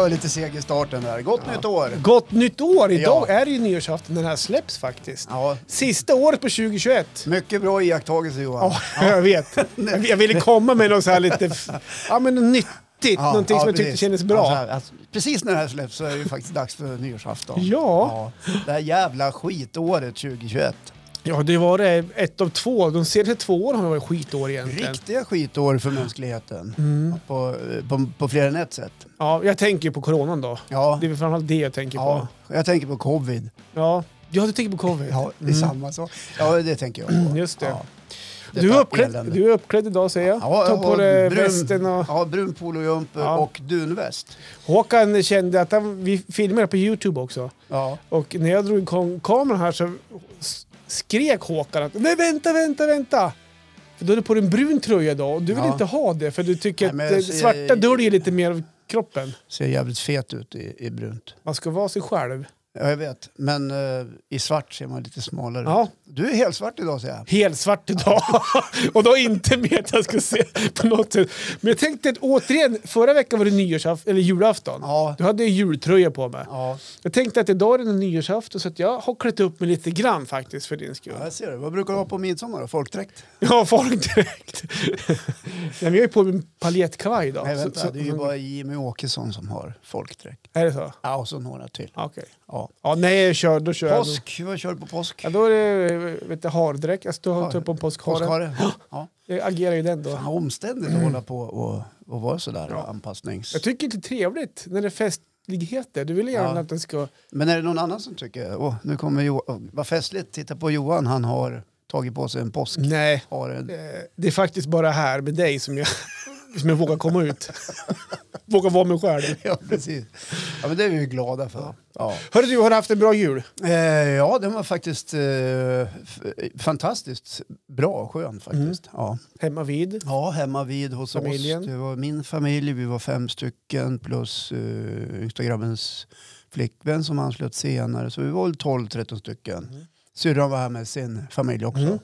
var lite seg i starten där. Gott nytt år! Gott nytt år! Idag är det ju nyårsafton, den här släpps faktiskt. Ja. Sista året på 2021. Mycket bra iakttagelse, Johan. Ja, jag vet. Jag ville komma med något så här lite... Ja, men nyttigt. Någonting som jag tyckte kändes bra. Alltså, precis när det här släpps så är det ju faktiskt dags för nyårsafton. Ja. Det här jävla skitåret 2021. Ja, det var det ett av två. De senaste 2 år har varit skitår egentligen. Riktiga skitår för mänskligheten. På fler än ett sätt. Ja, jag tänker på coronan då. Ja. Det är framförallt det jag tänker på. Jag tänker på covid. Ja, du tänker på covid. Ja, det är samma sak. Ja, det tänker jag på. Just det. Ja. Du är uppklädd idag, säger jag. Ja, ta på dig västen och... Ja, brun polojumper och dunväst. Håkan kände att vi filmade på YouTube också. Ja. Och när jag drog in kameran här så skrek Håkan att nej, vänta! För då är det på en brun tröja då och du vill inte ha det för du tycker att svarta döljer lite mer av kroppen. Ser jävligt fet ut i brunt. Man ska vara sig själv. Ja, jag vet. Men i svart ser man lite smalare. Ja. Du är helt svart idag, säger jag. Helt svart idag. Och då inte med att jag ska se på något sätt. Men jag tänkte att återigen, förra veckan var det julafton. Ja. Du hade en jultröja på mig. Ja. Jag tänkte att idag är det en nyårsafton så att jag har klätt upp mig lite grann faktiskt för din skull. Ja, jag ser det. Vad brukar du ha på midsommar då? Folkdräkt? Ja, folkdräkt. Jag är på min paljettkavaj idag. Nej, vänta. Det är ju bara Jimmy Åkesson som har folkdräkt. Är det så? Ja, och så några till. Okej. Ja. Ja, nej, då kör påsk. Vad kör du på påsk? Ja, då är det hardräck. Jag står på en påskhare. Påskhare? Ja. Jag agerar ju den då. Fan, omständigt att hålla på och vara sådär anpassnings... Jag tycker det är trevligt när det är festligheter. Du vill gärna att den ska... Men är det någon annan som tycker nu kommer Johan... Vad festligt. Titta på Johan. Han har tagit på sig en påsk. Nej, det är faktiskt bara här med dig som jag vågar komma ut. Vågar vara mig själv. Ja, precis. Ja, men det är vi ju glada för. Ja. Hörru du, har du haft en bra jul? Ja, den var faktiskt fantastiskt bra och skön faktiskt. Ja. Hemma vid? Ja, hemma vid hos familjen. Oss. Det var min familj, vi var 5 stycken plus yngsta grabbens flickvän som anslöt senare. Så vi var 12-13 stycken. Syrran var här med sin familj också.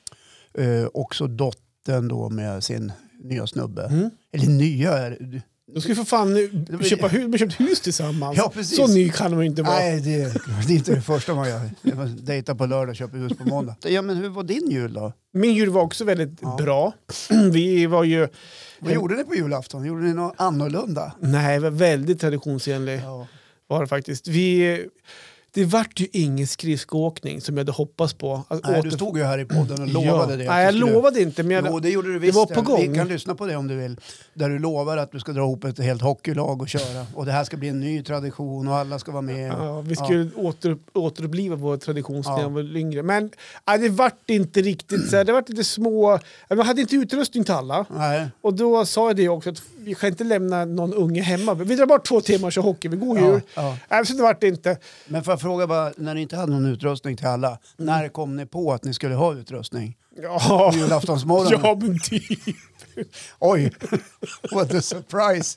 Också dottern då med sin nya snubbe. Eller nya... Då ska vi få fan köpa hus tillsammans. Ja, precis. Så ny kan man inte vara. Nej, det är inte det första man gör. Jag dejtar på lördag och köper hus på måndag. Ja, men hur var din jul då? Min jul var också väldigt bra. Vi var ju... Vad gjorde ni på julafton? Gjorde ni något annorlunda? Nej, det var väldigt traditionsenlig. Ja. Var det faktiskt. Det vart ju ingen skridskoåkning som jag hade hoppats på. Nej, du stod ju här i podden och lovade det. Nej, jag lovade inte. Men det gjorde du visst. Det var på gång. Vi kan lyssna på det om du vill. Där du lovar att du ska dra ihop ett helt hockeylag och köra. Och det här ska bli en ny tradition och alla ska vara med. Ja, vi skulle återuppliva vår tradition när jag var yngre. Men det vart inte riktigt så här. Det vart lite små... Man hade inte utrustning till alla. Nej. Och då sa jag det också att vi kan inte lämna någon unge hemma. Vi drar bort 2 timmar så hockey. Vi går jul. Så det vart det inte. Men för att fråga bara, när ni inte hade någon utrustning till alla, när kom ni på att ni skulle ha utrustning? Ja, julaftonsmorgon. Ja, men typ. Oj, what a surprise.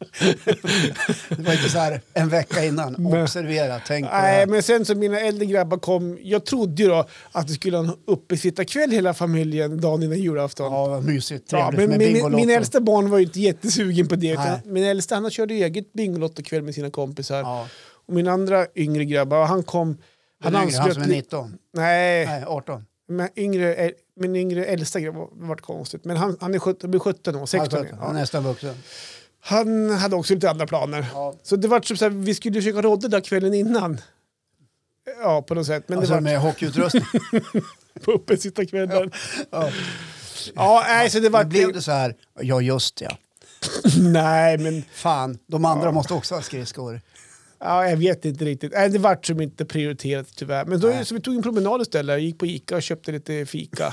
Det var inte så här en vecka innan. Observera, tänk på det här. Nej, men sen så mina äldre grabbar kom, jag trodde ju då att det skulle ha en uppesittarkväll hela familjen dagen innan julafton. Ja, vad mysigt, trevligt men med Bingolotto. min äldsta barn var ju inte jättesugen på det. Utan min äldsta, han körde eget Bingolotto-kväll med sina kompisar. Ja. Och min andra yngre grabbar, han kom... Han som är 19? Nej, 18. Men min yngre äldsta grabb var konstigt. Men han blir 17 år, 16 år. Han är nästan vuxen. Han hade också lite andra planer. Ja. Så det var så här, vi skulle försöka råda där kvällen innan. Ja, på något sätt. Men alltså det var med hockeyutrustning. På uppesittarkvällen. Så det var... blev det så här, ja just ja. Nej, men... Fan, de andra måste också ha skridskor. Ja, jag vet inte riktigt. Det vart som inte prioriterat tyvärr. Men då så vi tog en promenad istället. Jag gick på Ica och köpte lite fika.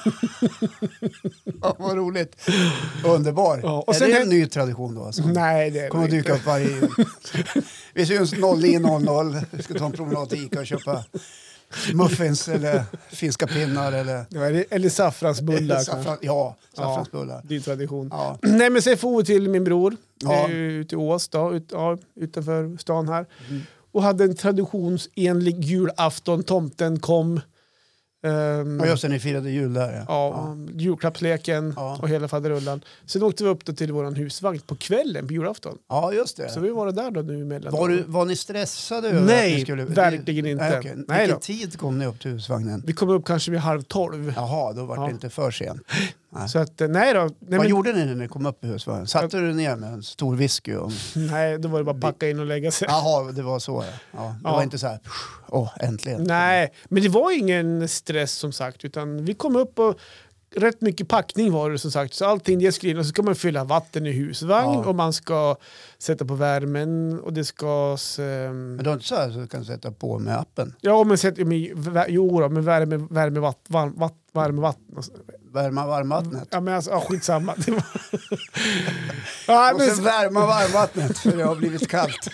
Ja, vad roligt. Underbar. Ja, och sen är det en ny tradition då? Alltså? Nej, det kommer dyka upp varje jul. Vi syns 09.00. Vi ska ta en promenad till Ica och köpa muffins eller finska pinnar eller saffransbullar. Saffransbullar. Det är tradition. Ja. Nej, men sen får vi till min bror ute i Ås då, utanför stan här. Och hade en traditionsenlig julafton. Tomten kom Och just när ni firade jul där. Ja. Julklappsleken och hela faderullan. Sen åkte vi upp då till våran husvagn på kvällen på julafton. Ja, just det. Så vi var där då nu emellan. Var ni stressade över Nej, att ni skulle... verkligen inte. Nej, okay. Nej, vilken tid kom ni upp till husvagnen? Vi kom upp kanske vid 11:30. Jaha, då var det inte för sent. Nej. Så att, nej då. Nej, vad gjorde ni när ni kom upp i husvagnen? Satte du ner med en stor whisky? Och... Nej, då var det bara packa in och lägga sig. Jaha, det var så. Ja. Det var inte så här, äntligen. Nej, men det var ingen stress som sagt. Utan vi kom upp och rätt mycket packning var det som sagt. Så allting det skrivs och så ska man fylla vatten i husvagn och man ska sätta på värmen och det ska... Men det är inte så här så du kan sätta på med appen? Ja, men med varmvattnet. Värma varmvattnet? Ja, men alltså, skitsamma. Det var... och sen värma varmvattnet för det har blivit kallt.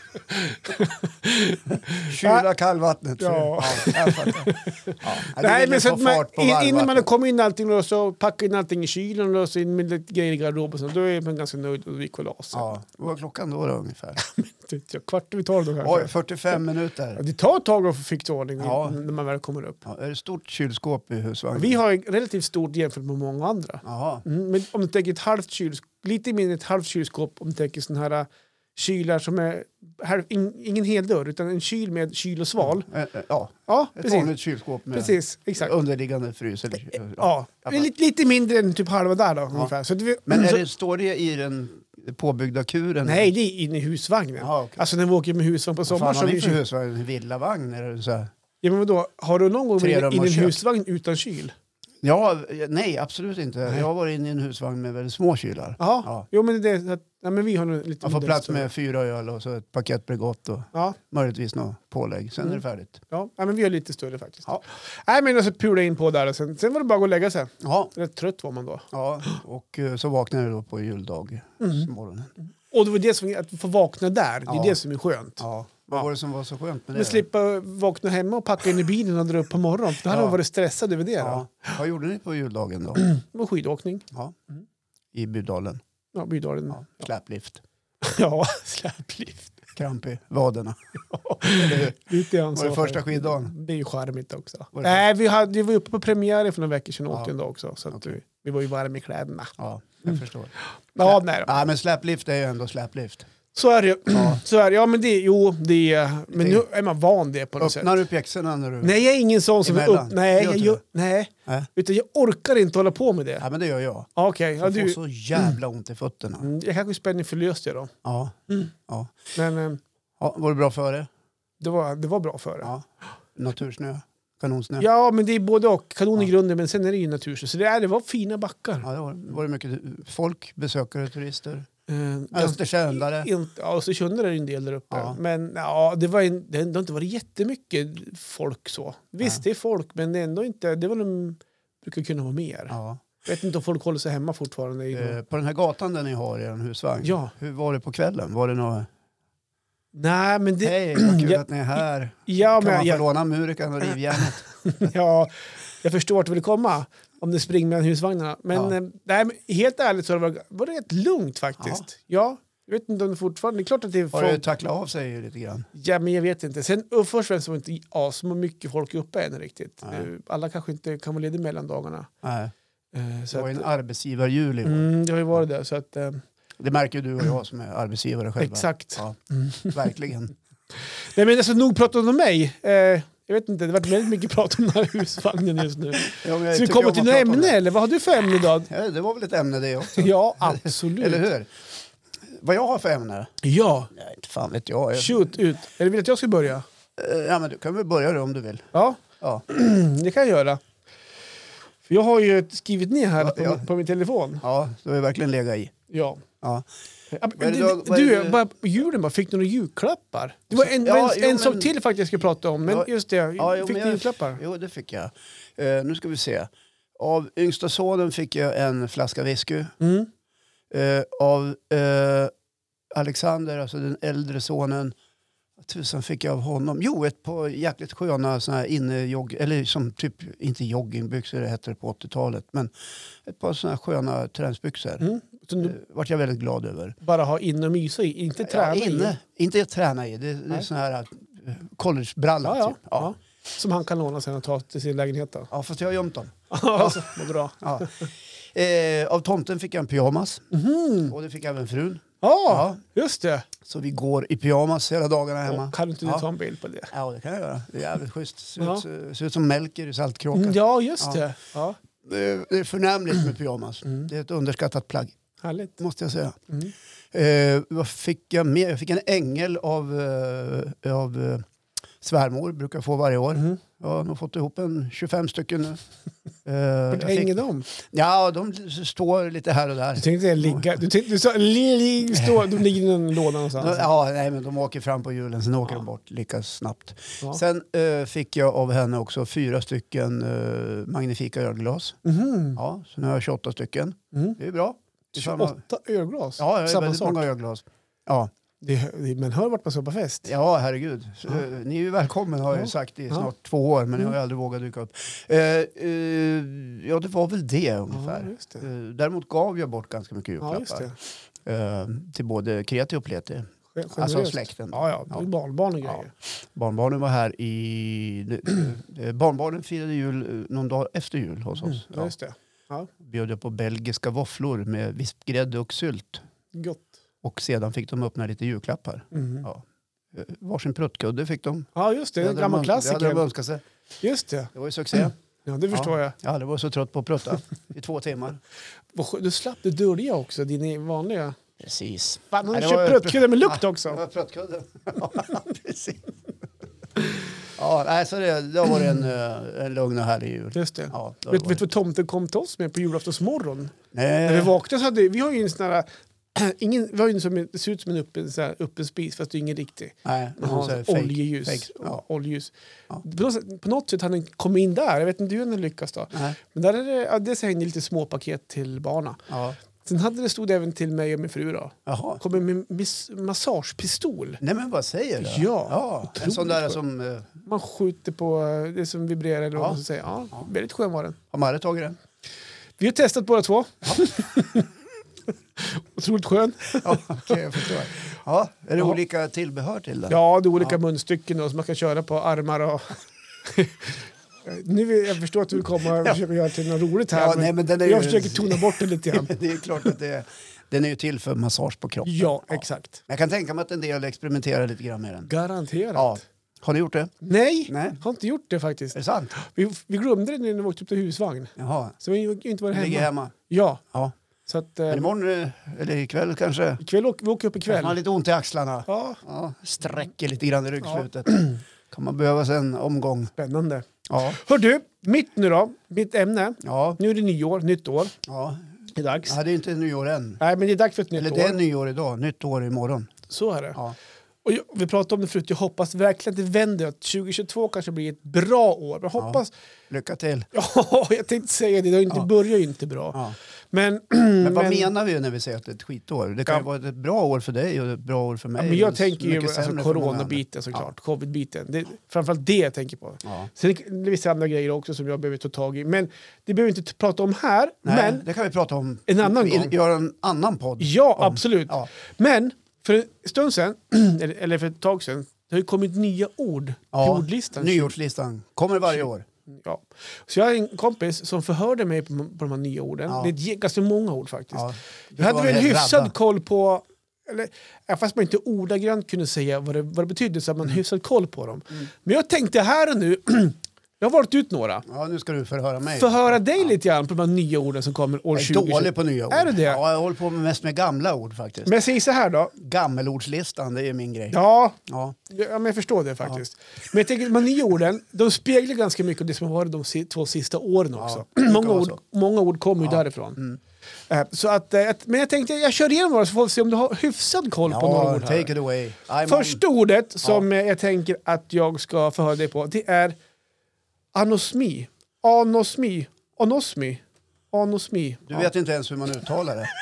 Kyla kallvattnet. Ja. Jag fattar. Nej, men så att innan man har kommit in allting och så packar in allting i kylen och så in med lite grejer i garderoben då är man ganska nöjd och vi kollasen. Ja, vad var klockan då ungefär? Kvart över 12 då kanske. Oj, 45 minuter. Ja, det tar ett tag att få fixa ordning när man väl kommer upp. Ja, är det stort kylskåp i husvagnen? Vi har relativt stort jämfört med många andra. Men om du tänker ett halvt kylskåp, lite mindre ett halvt kylskåp om du tänker sån här kylar som är ingen hel dörr utan en kyl med kyl och sval. Ja, ett vanligt kylskåp med exakt. underliggande frys. Lite mindre än typ halva där då ungefär. Så men står det i den påbyggda kuren? Nej, det är inne i husvagnen. Okay. Alltså när vi åker med husvagn på sommaren. Vad har ni för husvagn? En villavagn? Eller så här? Ja, men då har du någon gång varit i en husvagn utan kyl? Ja, nej, absolut inte. Nej. Jag har varit inne i en husvagn med väldigt små kylar. Ja. Jo, men det är men vi har lite. Man får plats med 4 öl och så ett paket Bregott och möjligtvis något pålägg. Sen är det färdigt. Ja, men vi har lite större faktiskt. Ja. Nej, men så pula in på där och sen var det bara att gå och lägga sig. Ja. Rätt trött var man då. Ja, och så vaknade jag då på juldag morgonen. Och det var det som att få vakna där. Det är det som är skönt. Ja. Vad var det som var så skönt med det? Men slippa vakna hemma och packa in i bilen och dra upp på morgonen. Då hade man varit stressad över det. Ja. Vad gjorde ni på juldagen då? Det var skidåkning. Ja. I Bydalen? Ja, Bydalen. Ja. Släplift? Ja, släplift. Kramp i vaderna? Lite var det första skiddagen? Det är ju charmigt också. Nej, vi var uppe på premiär för några veckor sedan och åkte en dag också. Så att vi var ju varma i kläderna. Ja, jag förstår. Ja, nej då. Ja, men släplift är ju ändå släplift. Så är det ju. Så är det. Ja, men men nu är man van det på något sätt. Öppnar du pjäxorna när du... Nej, jag är ingen sån som är upp. Nej. Utan jag orkar inte hålla på med det. Ja, men det gör jag. Okej. Jag får så jävla ont i fötterna. Jag kanske spänner förlöst det då. Ja. Ja. Men... var det bra för det? Det var bra för det. Ja. Natursnö? Kanonsnö? Ja, men det är både och. Kanon i grunden, men sen är det ju natursnö. Så det var fina backar. Ja, det var mycket folk, besökare, turister. Österkändare. Ja, Östersund är det en del där uppe. Ja. Men det har inte varit jättemycket folk så. Visst, det är folk, men det är ändå inte... Det var de brukar kunna vara mer. Ja. Jag vet inte om folk håller sig hemma fortfarande. På den här gatan där ni har er husvagn. Ja. Hur var det på kvällen? Var det något... Nej, men det... Hej, vad kul att ni är här. Ja, kan man få låna murikan och rivjärnet? Ja, jag förstår att du vill komma. Om det springer mellan husvagnarna. Men, nej, men helt ärligt så var det rätt lugnt faktiskt. Ja, jag vet inte om det fortfarande... Det är klart att det är folk... Har det tacklat av sig lite grann? Ja, men jag vet inte. Sen först och främst var det inte så mycket folk uppe än riktigt. Alla kanske inte kan vara lediga mellan dagarna. Nej. Så det var en arbetsgivarjul i år. Det har ju varit det. Så att, det märker du och jag som är arbetsgivare själva. Exakt. Ja, verkligen. Nej, men alltså nog pratat om mig. Jag vet inte, det har varit väldigt mycket prat om den här husvagnen just nu. Ja, så vi kommer till något ämne, eller vad har du för ämne idag? Ja, det var väl ett ämne det också. Ja, absolut. Eller hur? Vad jag har för ämne? Ja. Nej, inte fan vet jag. Shoot ut. Eller vill du att jag ska börja? Ja, men du kan väl börja då om du vill. Ja. Det kan jag göra. För jag har ju skrivit ner här på min telefon. Ja, du har ju verkligen legat i. Ja. Bara julen fick du några julklappar? Det var en sak till faktiskt jag skulle prata om. Men just det, fick du julklappar? Jo, det fick jag. Nu ska vi se. Av yngsta sonen fick jag en flaska whisky. Av Alexander, alltså den äldre sonen, tusen fick jag av honom. Jo, ett par jäkligt sköna såna här eller som typ, inte joggingbyxor det hette det på 80-talet, men ett par såna här sköna träningsbyxor. Vart jag väldigt glad över. Bara ha inne och mysa i, inte träna i? Inte träna i, det är såna här collegebralla. Ja. Som han kan låna sen och ta till sin lägenhet då. Ja, fast jag har gömt dem. Alltså, vad bra. Ja. Av tomten fick jag en pyjamas. Och det fick även frun. Ja, just det. Så vi går i pyjamas hela dagarna hemma. Och kan du inte ta en bild på det? Ja, det kan jag göra. Det är jävligt schysst. Ser ut som Melker i Saltkråkan. Ja, just det. Ja. Det är förnämligt med pyjamas. Det är ett underskattat plagg. Härligt. Måste jag säga. Vad fick jag mer? Jag fick en ängel av svärmor. Brukar få varje år. Jag har nog fått ihop 25 stycken nu. Vart hänger de? Ja, de står lite här och där. Du tänkte ligga. Du sa de ligger i en låda någonstans. Ja, nej, men de åker fram på hjulen, sen åker de bort lika snabbt. Ja. Sen fick jag av henne också 4 stycken magnifika ölglas. Ja, så nu har jag 28 stycken. Det är bra. 28 ölglas? Ja, det är väldigt många ölglas. Ja. Men hör vart man så på fest? Ja, herregud. Ni är ju välkommen har jag sagt i snart 2 år, men jag har aldrig vågat dyka upp. Ja, det var väl det ungefär. Ja, just det. Däremot gav jag bort ganska mycket julklappar. Ja, till både kreti och pleti. Alltså släkten. Ja, det är barnbarn och grejer. Ja. Barnbarnen var här barnbarnen firade jul någon dag efter jul hos oss. Ja, just det. Ja. Bjöd jag på belgiska våfflor med vispgrädde och sylt. Gott. Och sedan fick de öppna lite julklappar. Ja. Varsin pruttkudde fick de. Ja, just det. En gammal klassiker. Det hade de önskat sig. Just det. Det var ju succé. Ja, det förstår jag. Ja, det var så trött på att prutta i 2 timmar. Du slapp det dörliga också, din vanliga. Precis. Fan, har du köpt pruttkudde med lukt också? Det var pruttkudde. Ja, precis. Ja, nej, så det var en lugn och härlig jul. Just det. Ja, vet du vad tomten kom till oss med på julaftonsmorgon? Nej. När vi vaknade så hade vi har ju en sån här vi har ju en som ser ut som en öppen spis fast det är ingen riktig. Nej, oljeljus. Ja. Oljeljus. Ja. På något sätt hade den kommit in där. Jag vet inte hur den lyckas då. Nej. Men där är det så hängde lite små paket till barna. Ja. Sen hade det stod även till mig och min fru då. Jaha. Kommer med massagepistol. Nej, men vad säger du? Ja. En sån där som... Man skjuter på det som vibrerar eller vad man ska säga. Ja, väldigt skön var den. Har Marre tagit den? Vi har testat båda 2. Otroligt skön. Ja, okej, jag förstår. Ja, är det olika tillbehör till den? Ja, det är olika munstycken då, som man kan köra på armar och... Nu jag förstår att du kommer och försöker göra till något roligt här. Ja, men den är jag försöker tona bort det lite grann. Det är klart att den är ju till för massage på kroppen. Ja, exakt. Jag kan tänka mig att en del experimenterar lite grann med den. Garanterat. Ja. Har ni gjort det? Nej, har inte gjort det faktiskt. Är det sant? Vi glömde det när vi åkte upp till husvagn. Jaha. Så vi har inte varit hemma. Ligger hemma? Ja. Så att, men imorgon, eller ikväll kanske? Vi åker upp ikväll. Man har lite ont i axlarna. Ja. Sträcker lite grann i ryggslutet. Kan man behöva sig en omgång. Spännande. Ja. Hör du, mitt ämne. Ja. Nu är det nyår, nytt år. Ja. Det är dags. Ja, det är inte nyår än. Nej, men det är dags för ett nytt år. Eller det är nyår idag, nytt år imorgon. Så är det. Ja. Och vi pratade om det förut, jag hoppas verkligen att det vänder. Att 2022 kanske blir ett bra år. Jag hoppas... Lycka till. Ja, jag tänkte säga det. Det börjar ju inte bra. Ja. Men vad menar vi när vi säger att det är ett skitår? Det kan ju vara ett bra år för dig och ett bra år för mig. Ja, men jag tänker ju coronabiten såklart, covidbiten. Framförallt det jag tänker på. Ja. Sen är det vissa andra grejer också som jag behöver ta tag i. Men det behöver vi inte prata om här. Nej, men det kan vi prata om en annan gång. Göra en annan podd. Ja, absolut. Ja. Men för en stund sedan, eller för ett tag sedan, det har ju kommit nya ord på ordlistan. Nyårslistan. Kommer varje år. Ja. Så jag har en kompis som förhörde mig på de här nya orden. Ja. Det är ganska många ord faktiskt. Ja. Jag hade väl hyfsad koll på, eller fast man inte ordagrant kunde säga vad det betydde, så att man hyfsad koll på dem. Men jag tänkte här och nu, jag har varit ut några. Ja, nu ska du förhöra mig. Förhöra dig lite grann på de här nya orden som kommer år 2020. Jag är dålig på nya ord. Är det det? Ja, jag håller på mest med gamla ord faktiskt. Men jag säger så här då. Gammelordslistan, det är min grej. Ja, men jag förstår det faktiskt. Ja. Men jag tänker att de nya orden, de speglar ganska mycket av det som har varit de 2 sista åren också. Många ord kommer ju därifrån. Så att, men jag tänkte jag kör igenom några så får vi se om du har hyfsad koll på några ord här. Take it away. Första ordet som jag tänker att jag ska förhöra dig på, det är anosmi. Anosmi. Du vet inte ens hur man uttalar det.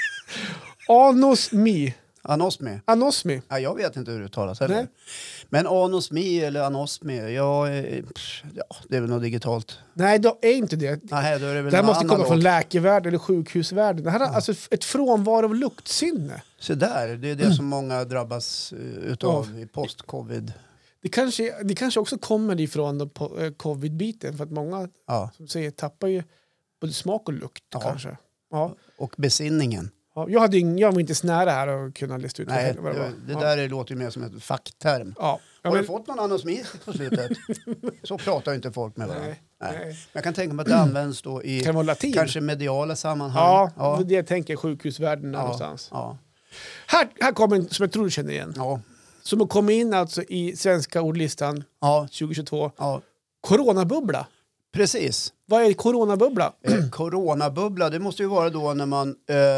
Anosmi. Anosmi? Ja, jag vet inte hur det uttalas heller. Men anosmi eller anosmi, det är väl något digitalt. Nej, det är inte det. Nej, då är det väl det här måste komma från läkevärlden eller sjukhusvärlden. Det här är alltså ett frånvaro av luktsinne. Så där, det är det som många drabbas utav i post-covid. Det kanske också kommer ifrån covid-biten, för att många som säger tappar ju både smak och lukt kanske. Ja. Och besinningen. Ja, jag var inte snära här och kunna lista ut vad det var. Det där låter ju mer som ett fackterm. Ja. Har du fått någon annans mis på slutet? Så pratar ju inte folk med varandra. Nej. Men jag kan tänka mig att det används då i kanske mediala sammanhang. Ja, det jag tänker sjukhusvärlden någonstans. Ja. Här kommer en som jag tror du känner igen. Ja. Som har kommit in alltså i svenska ordlistan 2022. Ja. Coronabubbla. Precis. Vad är coronabubbla? Coronabubbla, det måste ju vara då när man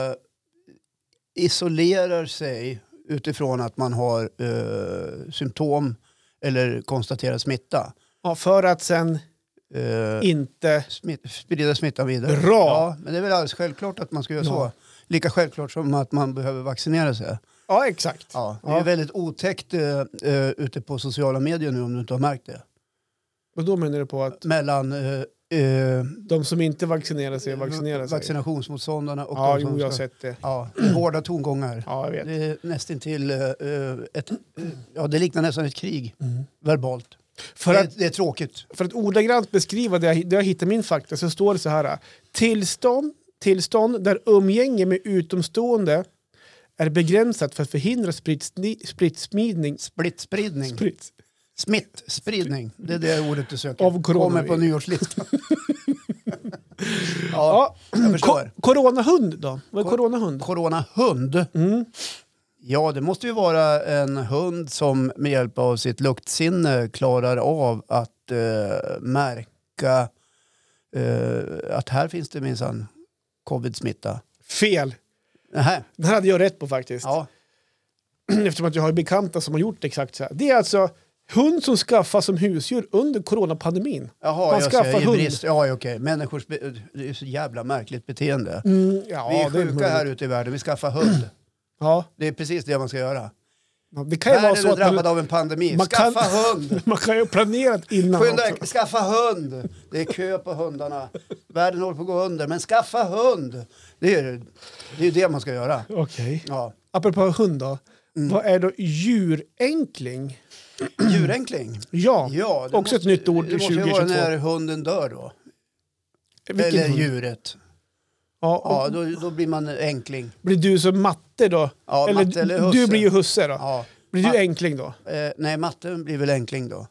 isolerar sig utifrån att man har symptom eller konstaterar smitta. Ja, för att sen inte sprida smittan vidare. Bra! Ja, men det är väl alldeles självklart att man ska göra så. Lika självklart som att man behöver vaccinera sig. Ja, exakt. Ja, det är väldigt otäckt ute på sociala medier nu om du inte har märkt det. Och då menar du på att mellan de som inte vaccinerar sig vaccinerar sig? Vaccinationsmotståndarna och de som jag har sett det. Ja, det är hårda tongångar. Ja, jag vet. Det är nästan till det liknar nästan ett krig verbalt. Det är tråkigt. För att ordagrant beskriva det jag hittar min fakta så står det så här: tillstånd där umgänge med utomstående är begränsat för att förhindra smittspridning. Smittspridning. Det är det ordet du söker. Av corona. Kommer på nyårslistan. Ja, jag förstår. Coronahund då? Vad är coronahund? Coronahund? Ja, det måste ju vara en hund som med hjälp av sitt luktsinne klarar av att märka att här finns det minsann covid-smitta. Fel. Nähä. Det här hade jag rätt på faktiskt. Ja. Eftersom att jag har bekanta som har gjort exakt så här. Det är alltså hund som skaffas som husdjur under coronapandemin. Jaha, man skaffar hund. Ja, okej. Människors det är så jävla märkligt beteende. Ja, vi är sjuka här ute i världen, vi skaffar hund. Ja. Det är precis det man ska göra. Ja, det kan ju vara så att drabbad av en pandemi. Skaffa hund! Man kan ju planera innan också. Skaffa hund! Det är kö på hundarna. Världen håller på att gå under. Men skaffa hund! Det är ju det man ska göra. Okej. Ja. Apropå hund då. Vad är då djurenkling? Djurenkling? Ja, också ett nytt ord 2022. Det måste ju vara när hunden dör då. Eller hund? Djuret. Ja, då blir man enkling. Blir du som matte då? Ja, matte eller husse. Du blir ju husse då. Ja. Blir du enkling då? Nej, matten blir väl enkling då.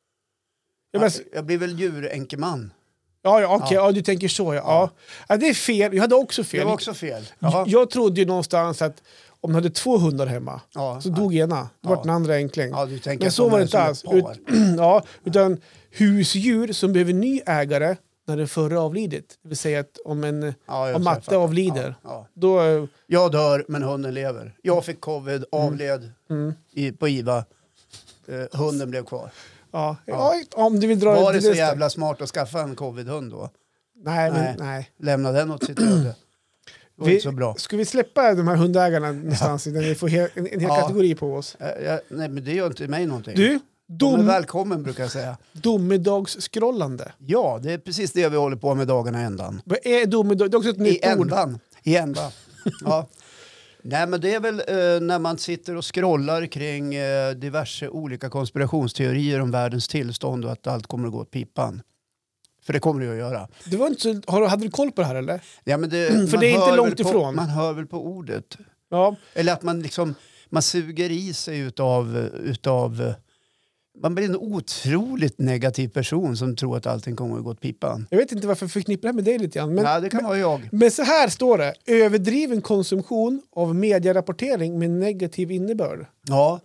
Jag blir väl djurenkeman. Ja, okej. Ja, du tänker så. Ja, det är fel. Jag hade också fel. Det var också fel. Jag trodde ju någonstans att om du hade 2 hundar hemma så dog ena. Då var den andra enkling. Ja, du tänker men så var det inte alls. Utan husdjur som behöver ny ägare när den förra avlidit. Det vill säga att om matte avlider. Då, jag dör men hunden lever. Jag fick covid, avled på IVA. Hunden blev kvar. Ja. Om du vill dra var det så jävla smart att skaffa en covid-hund då? Nej. Lämna den åt sitt öde. Det var inte så bra. Ska vi släppa de här hundägarna någonstans när vi får en hel kategori på oss? Nej, men det gör inte mig någonting. Du? De är välkommen brukar jag säga. Domedagsskrollande. Ja, det är precis det vi håller på med dagarna ändan. Vad är domedag? Det är också ett nytt ord. I ändan. Ja. Nej, men det är väl när man sitter och scrollar kring diverse olika konspirationsteorier om världens tillstånd och att allt kommer att gå åt pipan. För det kommer det ju att göra. Det var inte så, hade du koll på det här eller? Ja, men för det är inte långt ifrån. Man hör väl på ordet. Ja. Eller att man suger i sig utav man blir en otroligt negativ person som tror att allting kommer att gå åt pipan. Jag vet inte varför jag förknippar det här med dig lite grann. Men, det kan vara jag. Men så här står det. Överdriven konsumtion av medierapportering med negativ innebörd. Ja.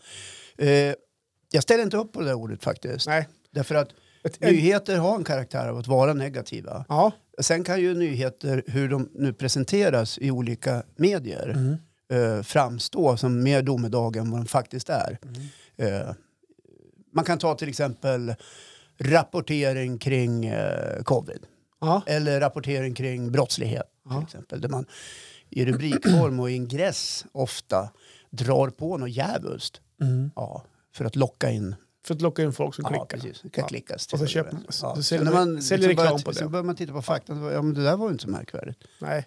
Jag ställer inte upp på det där ordet faktiskt. Nej. Därför att nyheter har en karaktär av att vara negativa. Ja. Sen kan ju nyheter, hur de nu presenteras i olika medier, framstå som mer domedag än vad de faktiskt är. Man kan ta till exempel rapportering kring covid. Eller rapportering kring brottslighet. Till exempel, där man i rubrikform och ingress ofta drar på något jävulst. För att locka in folk som klickar. Precis. Det kan klickas. Och så köper man. Så säljer reklam på det. Så börjar man titta på fakta. Ja, men det där var ju inte så märkvärdigt. Nej.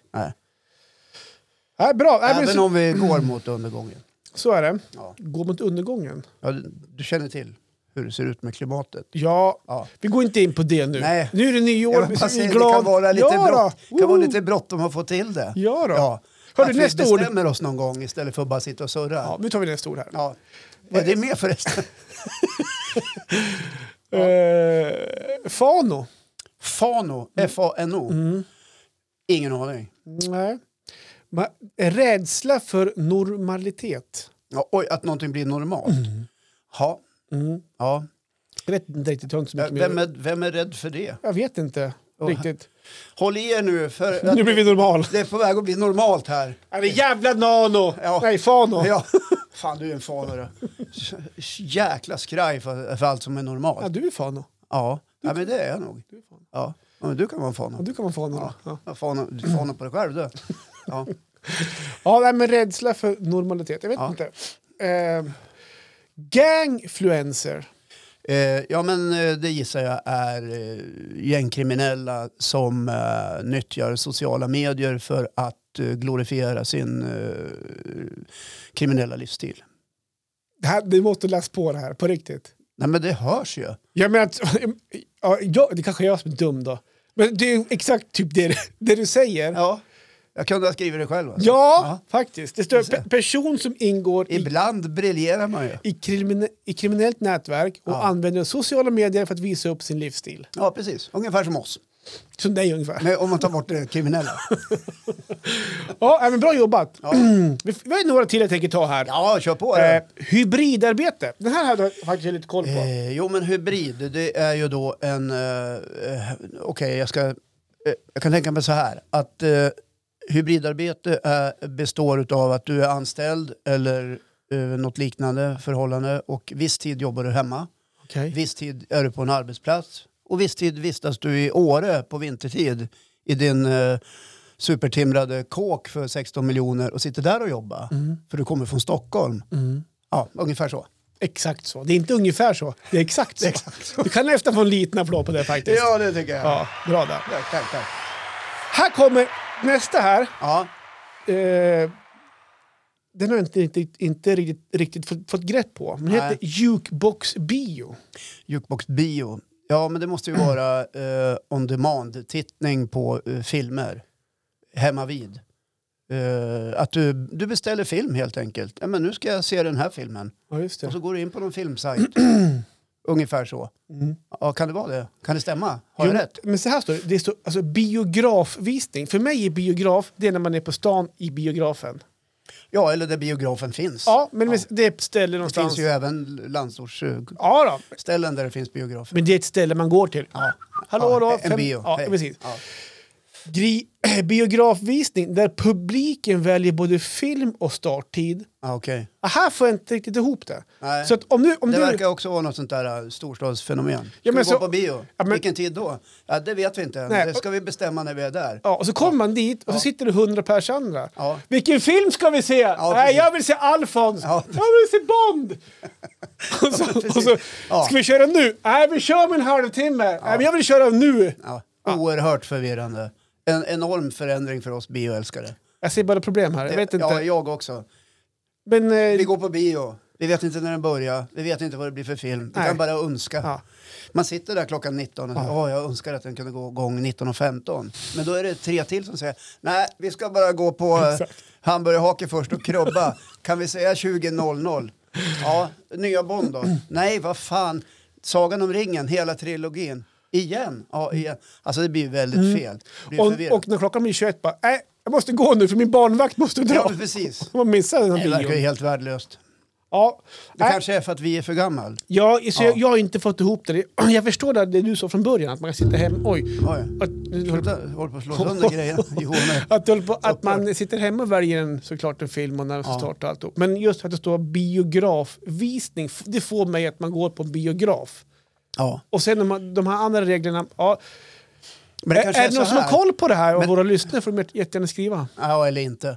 Bra. Även om vi går mot undergången. Så är det. Ja. Går mot undergången. Ja, du känner till hur det ser ut med klimatet. Ja. Vi går inte in på det nu. Nej. Nu är det nyår. Det kan vara lite bråttom att få till det. Ja då. Ja. Hörru, nästa ord. Vi bestämmer oss någon gång istället för att bara sitta och surra. Ja, nu tar vi nästa ord här. Ja. Vad är det med förresten? Fano. Fano. F-A-N-O. Ingen aning. Nej. Rädsla för normalitet. Ja, oj, att någonting blir normalt. Ja. Ja. Jag vet inte riktigt. Så mycket vem är rädd för det? Jag vet inte riktigt. Håll i er nu. För nu blir vi normal. Det är på väg att bli normalt här. Ja, det är jävla nano. Ja. Nej, fano. Ja. Fan, du är en fano då. Jäkla skraj för allt som är normalt. Ja, du är fano. Ja, men det är jag nog. Du är fano. Ja, men du kan vara fano. Ja, du kan vara fano. Ja. Fano på dig själv du. Ja. Ja, men rädsla för normalitet. Jag vet inte. Gangfluencer. Ja, men det gissar jag är gängkriminella som nyttjar sociala medier för att glorifiera sin kriminella livsstil. Du måste läsa på det här, på riktigt. Nej, men det hörs ju. Jag menar det kanske är jag som är dum då. Men det är exakt typ det du säger. Ja, jag kunde ha skrivit det själv. Alltså. Ja, faktiskt. Det står person som ingår ibland briljerar man ju. I kriminellt nätverk och använder sociala medier för att visa upp sin livsstil. Ja, precis. Ungefär som oss. Som dig ungefär. Men om man tar bort det kriminella. Ja, men bra jobbat. Ja. Vi har några till jag tänker ta här. Ja, kör på det. Hybridarbete. Den här hade jag faktiskt lite koll på. Jo, men hybrid, det är ju då en... Okej, jag kan tänka mig så här. Att hybridarbete består av att du är anställd eller något liknande förhållande. Och viss tid jobbar du hemma. Okay. Viss tid är du på en arbetsplats. Och viss tid vistas du i Åre på vintertid i din supertimrade kåk för 16 miljoner och sitter där och jobbar. För du kommer från Stockholm. Ja, ungefär så. Exakt så. Det är inte ungefär så. Det är exakt så. Du kan nästan få en liten applåd på det faktiskt. Ja, det tycker jag. Ja, bra där. Ja, tack. Här kommer nästa här. Ja. Den har jag inte riktigt fått grepp på. Men det heter Jukebox Bio. Jukebox Bio. Ja, men det måste ju vara on-demand-tittning på filmer hemma vid. Att du beställer film helt enkelt. Ja, men nu ska jag se den här filmen. Ja, just det. Och så går du in på någon filmsajt. Ungefär så. Ja, kan det vara det? Kan det stämma? Har jag rätt? Men så här står det. Det står alltså biografvisning. För mig är biograf, det är när man är på stan i biografen. Ja, eller där biografen finns. Ja, men det är ett ställe någonstans. Det finns ju även landsortsställen där det finns biografer. Men det är ett ställe man går till. Ja. Hallå då. En bio. Ja, precis. Ja. Biografvisning där publiken väljer både film och starttid. Okay. Här får jag inte riktigt ihop det. Nej. Så att om det verkar också vara något sånt där storstadsfenomen. Ska vi gå på bio? Vilken tid då? Ja, det vet vi inte. Nej. Det ska vi bestämma när vi är där. Ja, och så kommer man dit och så sitter det 100 pers andra. Ja. Vilken film ska vi se? Ja, nej, jag vill se Alfons. Ja, jag vill se Bond. och så ska vi köra nu? Nej, vi kör med en halvtimme. Nej, men jag vill köra nu. Ja. Oerhört förvirrande. En enorm förändring för oss bioälskare. Jag ser bara problem här. Jag vet inte. Ja, jag också. Men, vi går på bio. Vi vet inte när den börjar. Vi vet inte vad det blir för film. Vi kan bara önska. Ja. Man sitter där klockan 19 och säger, jag önskar att den kunde gå igång 19.15. Men då är det 3 till som säger, nej, vi ska bara gå på hamburgerhake först och krubba. Kan vi säga 20.00? Ja, nya Bond då? Nej, vad fan. Sagan om ringen, hela trilogin. Igen? Ja, igen. Alltså det blir väldigt fel. Och när klockan blir 21 bara, jag måste gå nu för min barnvakt måste dra. Ja, precis. Man missar den här det verkar ju helt värdelöst. Ja. Det kanske är för att vi är för gammal. Ja, så jag har inte fått ihop det. Jag förstår det du sa från början, att man kan sitta hem. Oj. Håller på att slå sönder grejerna. Att man sitter hemma och väljer såklart en film och när den startar allt. Men just för att det står biografvisning, det får mig att man går på biograf. Ja. Och sen de här andra reglerna, men det är det någon som har koll på det här och våra lyssnare får de jättegärna skriva? Ja, eller inte.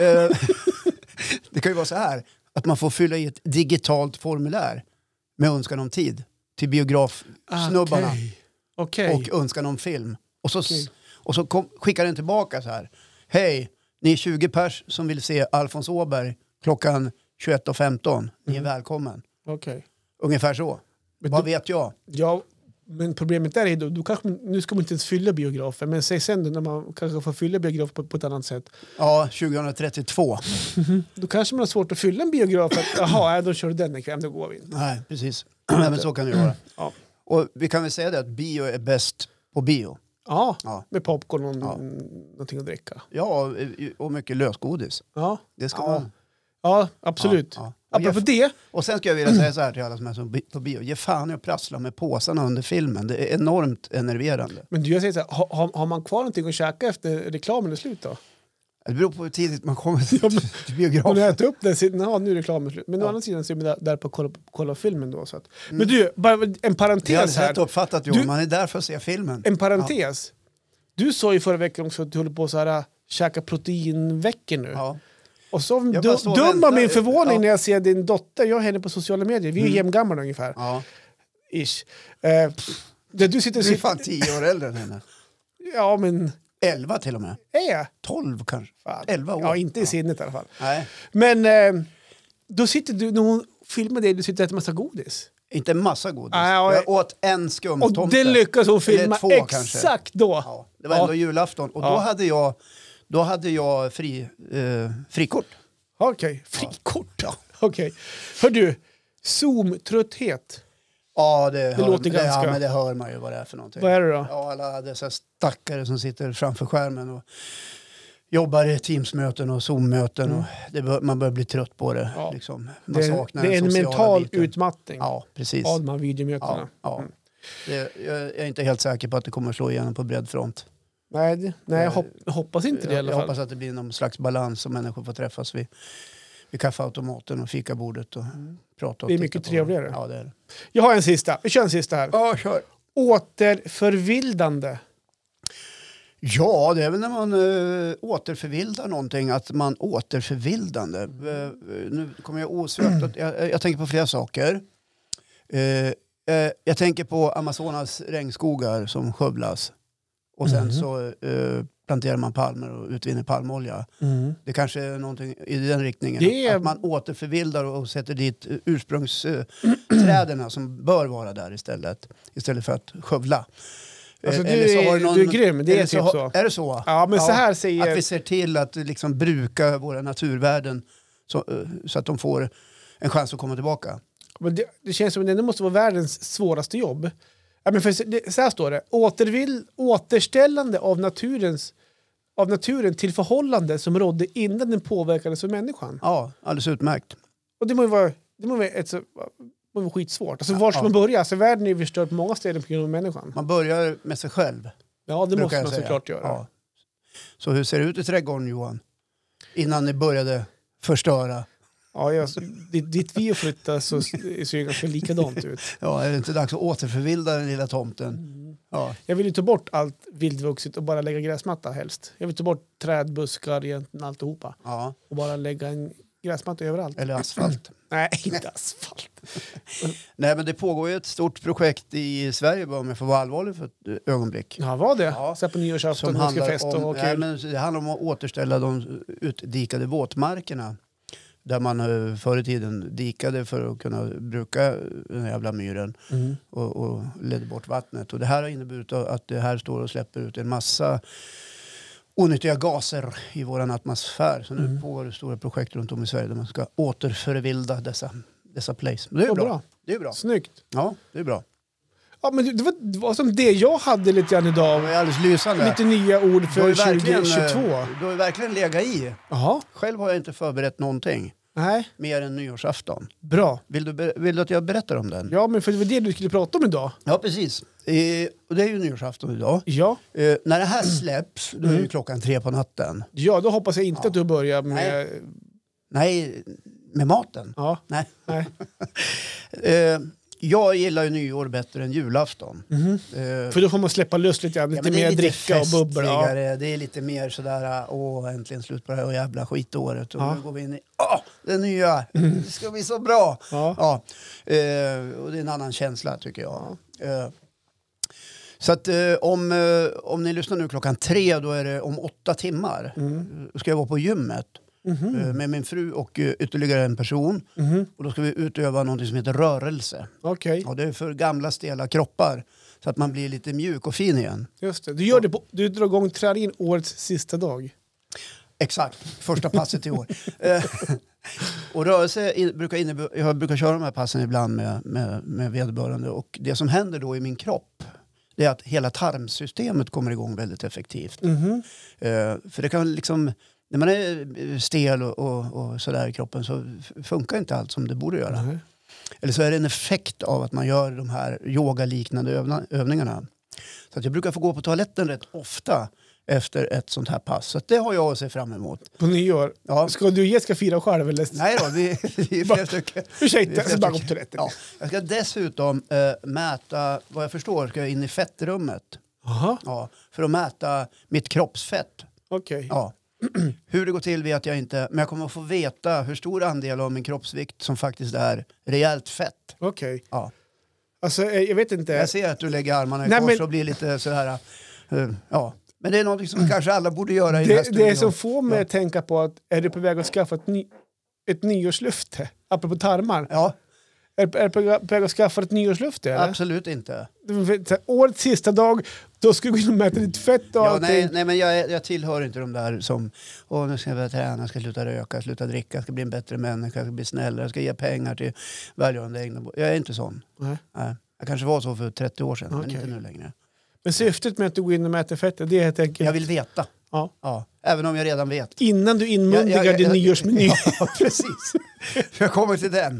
Det kan ju vara så här att man får fylla i ett digitalt formulär med önskan om tid till biografsnubbarna. Okay. Och önskan om film. Och så skickar den tillbaka så här. Hej, ni är 20 pers som vill se Alfons Åberg klockan 21.15. Ni är välkommen. Okay. Ungefär så. Vad vet jag? Ja, men problemet är då kanske, nu ska man inte ens fylla biografer, men säg sen då när man kanske får fylla biograf på ett annat sätt. Ja, 2032. Då kanske man har svårt att fylla en biograf för att jaha, då kör du den ikväll, då går vi in. Nej, precis. Nej, men så kan det ju vara. Ja. Och vi kan väl säga det att bio är bäst på bio. Ja, Ja. med popcorn och någonting att dricka. Ja, och mycket lösgodis. Ja, Det ska man. ja absolut. Ja. Apropå det. Och sen ska jag vilja säga så här till alla som är på bio. Ge fan i att prassla med påsarna under filmen. Det är enormt enerverande. Men du, jag säger så här, har man kvar någonting att käka efter reklamen är slut då? Det beror på hur tidigt man kommer till biografen. Om jag äter upp den sidan, nu är reklamen slut. Men å andra sidan så är man där på att kolla filmen då. Så att. Men du, bara en parentes här. Det är här. rätt uppfattat, Johan. Man är där för att se filmen. En parentes. Ja. Du sa ju förra veckan också att du håller på så här käka proteinveckor nu. Ja. Och så döma min förvåning när jag ser din dotter. Jag är henne på sociala medier. Vi är jämngamla ungefär. Ja. Ish. Där du är fan 10 år äldre än henne. Ja, men... 11 till och med. Är jag? 12 kanske. 11 år. Ja, inte i sinnet i alla fall. Nej. Men då sitter du, när hon filmar dig, du sitter och äter massa godis. Inte en massa godis. Jag åt en skumtomte. Och det lyckas hon filma exakt kanske. Då. Ja, det var ändå julafton. Och då hade jag frikort. Okej, frikort. Ja. Okej. Hör du, Zoom-trötthet. Ja, det låter ganska... Ja, men det hör man ju vad det är för någonting. Vad är det då? Ja, alla dessa stackare som sitter framför skärmen och jobbar i Teams-möten och Zoom-möten. Och man börjar bli trött på det. Ja. Liksom. Man det är en mental biten. Utmattning. Ja, precis. Av de här videomötena. Ja. Jag är inte helt säker på att det kommer att slå igenom på bred front. Nej, jag hoppas inte det i alla fall. Jag hoppas att det blir någon slags balans och människor får träffas vid kaffeautomaten och fikabordet och prata. Det är mycket trevligare. Ja, det är det. Jag har en sista. Vi kör en sista här. Ja, kör. Återförvildande. Ja, det är väl när man återförvildar någonting, att man återförvildande. Nu kommer jag osökt jag tänker på flera saker. Jag tänker på Amazonas regnskogar som skövlas. Och sen så planterar man palmer och utvinner palmolja. Det kanske är någonting i den riktningen. Att man återförvildar och sätter dit ursprungsträderna som bör vara där istället för att skövla. Alltså, du är grym, det är typ så. Är det så? Ja, men så här säger... Att vi ser till att liksom bruka våra naturvärden så att de får en chans att komma tillbaka. Men det känns som att det måste vara världens svåraste jobb. Ja, men så här står det. Återställande av naturen till förhållande som rådde innan den påverkades av människan. Ja, alldeles utmärkt. Och det må vara skitsvårt. Alltså, var ska man börja? Alltså, världen är ju förstörd på många ställen på grund av människan. Man börjar med sig själv. Ja, det måste man såklart göra. Ja. Så hur ser det ut i trädgården, Johan? Innan ni började förstöra. Ja, ditt vi flyttar så ser det ganska likadant ut. Ja, är det inte dags att återförvilda den lilla tomten? Ja. Jag vill ju ta bort allt vildvuxet och bara lägga gräsmatta helst. Jag vill ta bort träd, buskar, egentligen alltihopa. Ja. Och bara lägga en gräsmatta överallt. Eller asfalt. Nej, inte asfalt. Nej, men det pågår ju ett stort projekt i Sverige, om jag får vara allvarlig för ett ögonblick. Ja, vad det? Ja. Så på nyårsafton, som handlar fest och om, men det handlar om att återställa de utdikade våtmarkerna. Där man förr i tiden dikade för att kunna bruka den jävla myren och ledde bort vattnet. Och det här har inneburit att det här står och släpper ut en massa onyttiga gaser i våran atmosfär. Så nu pågår det stora projekt runt om i Sverige där man ska återförvilda dessa place. Det är bra. Det är bra. Snyggt. Ja, det är bra. Ja, men det var som det jag hade lite grann idag. Det är alldeles lysande. Lite nya ord för 2022. Du har ju verkligen legat i. Aha. Själv har jag inte förberett någonting. Nej. Mer än nyårsafton. Bra. Vill du att jag berättar om den? Ja, men för det var det du skulle prata om idag. Ja, precis. Och det är ju nyårsafton idag. Ja. När det här släpps, då är ju klockan 3 på natten. Ja, då hoppas jag inte att du börjar med... Nej, med maten. Ja. Nej. Jag gillar ju nyår bättre än julafton. För då får man släppa lös lite grann. Lite mer dricka och bubbel. Ja. Det är lite mer sådär, äntligen slut på det här jävla skitåret. Och nu går vi in i, det nya. Det ska bli så bra. Ja. Och det är en annan känsla tycker jag. Så att om ni lyssnar nu klockan 3, då är det om 8 timmar. Då ska jag vara på gymmet. med min fru och ytterligare en person. Och då ska vi utöva något som heter rörelse. Okej. Och det är för gamla stela kroppar så att man blir lite mjuk och fin igen. Just det. Du gör det du drar igång träningen årets sista dag. Exakt, första passet i år. Och rörelse jag brukar köra de här passen ibland med vederbörande. Och det som händer då i min kropp, det är att hela tarmsystemet kommer igång väldigt effektivt. För det kan liksom, när man är stel och sådär i kroppen så funkar inte allt som det borde göra. Eller så är det en effekt av att man gör de här yogaliknande övningarna. Så att jag brukar få gå på toaletten rätt ofta efter ett sånt här pass. Så det har jag att se fram emot. På nyår? Ja. Ska du och Jessica fira själv? Eller? Nej då, vi är flera stycken. Ursäkta, jag ska bara gå på toaletten. Ja. Jag ska dessutom mäta, vad jag förstår, ska jag in i fettrummet. Aha. Ja, för att mäta mitt kroppsfett. Okej. Ja. Hur det går till vet jag inte. Men jag kommer att få veta hur stor andel av min kroppsvikt som faktiskt är rejält fett. Okej. Ja. Alltså, jag vet inte. Jag ser att du lägger armarna i kors och blir lite sådär. Ja. Men det är något som kanske alla borde göra i den här studion. Det som får mig att tänka på att är du på väg att skaffa ett nyårslöfte? Apropå tarmar. Ja. Är du på väg att skaffa ett nyårslöfte? Eller? Absolut inte. Årets sista dag, då ska du gå in och mäta ditt fett och allting. Nej, men jag tillhör inte de där som nu ska jag börja träna, jag ska sluta röka, sluta dricka, jag ska bli en bättre människa, jag ska bli snällare, jag ska ge pengar till välgörande egna. Jag är inte sån. Nej. Jag kanske var så för 30 år sedan, men inte nu längre. Men syftet med att du går in och mäter fettet, det är helt enkelt... Jag vill veta. Ja. Även om jag redan vet. Innan du inmundigar din nyårsmeny. Ja, precis. Jag kommer till den.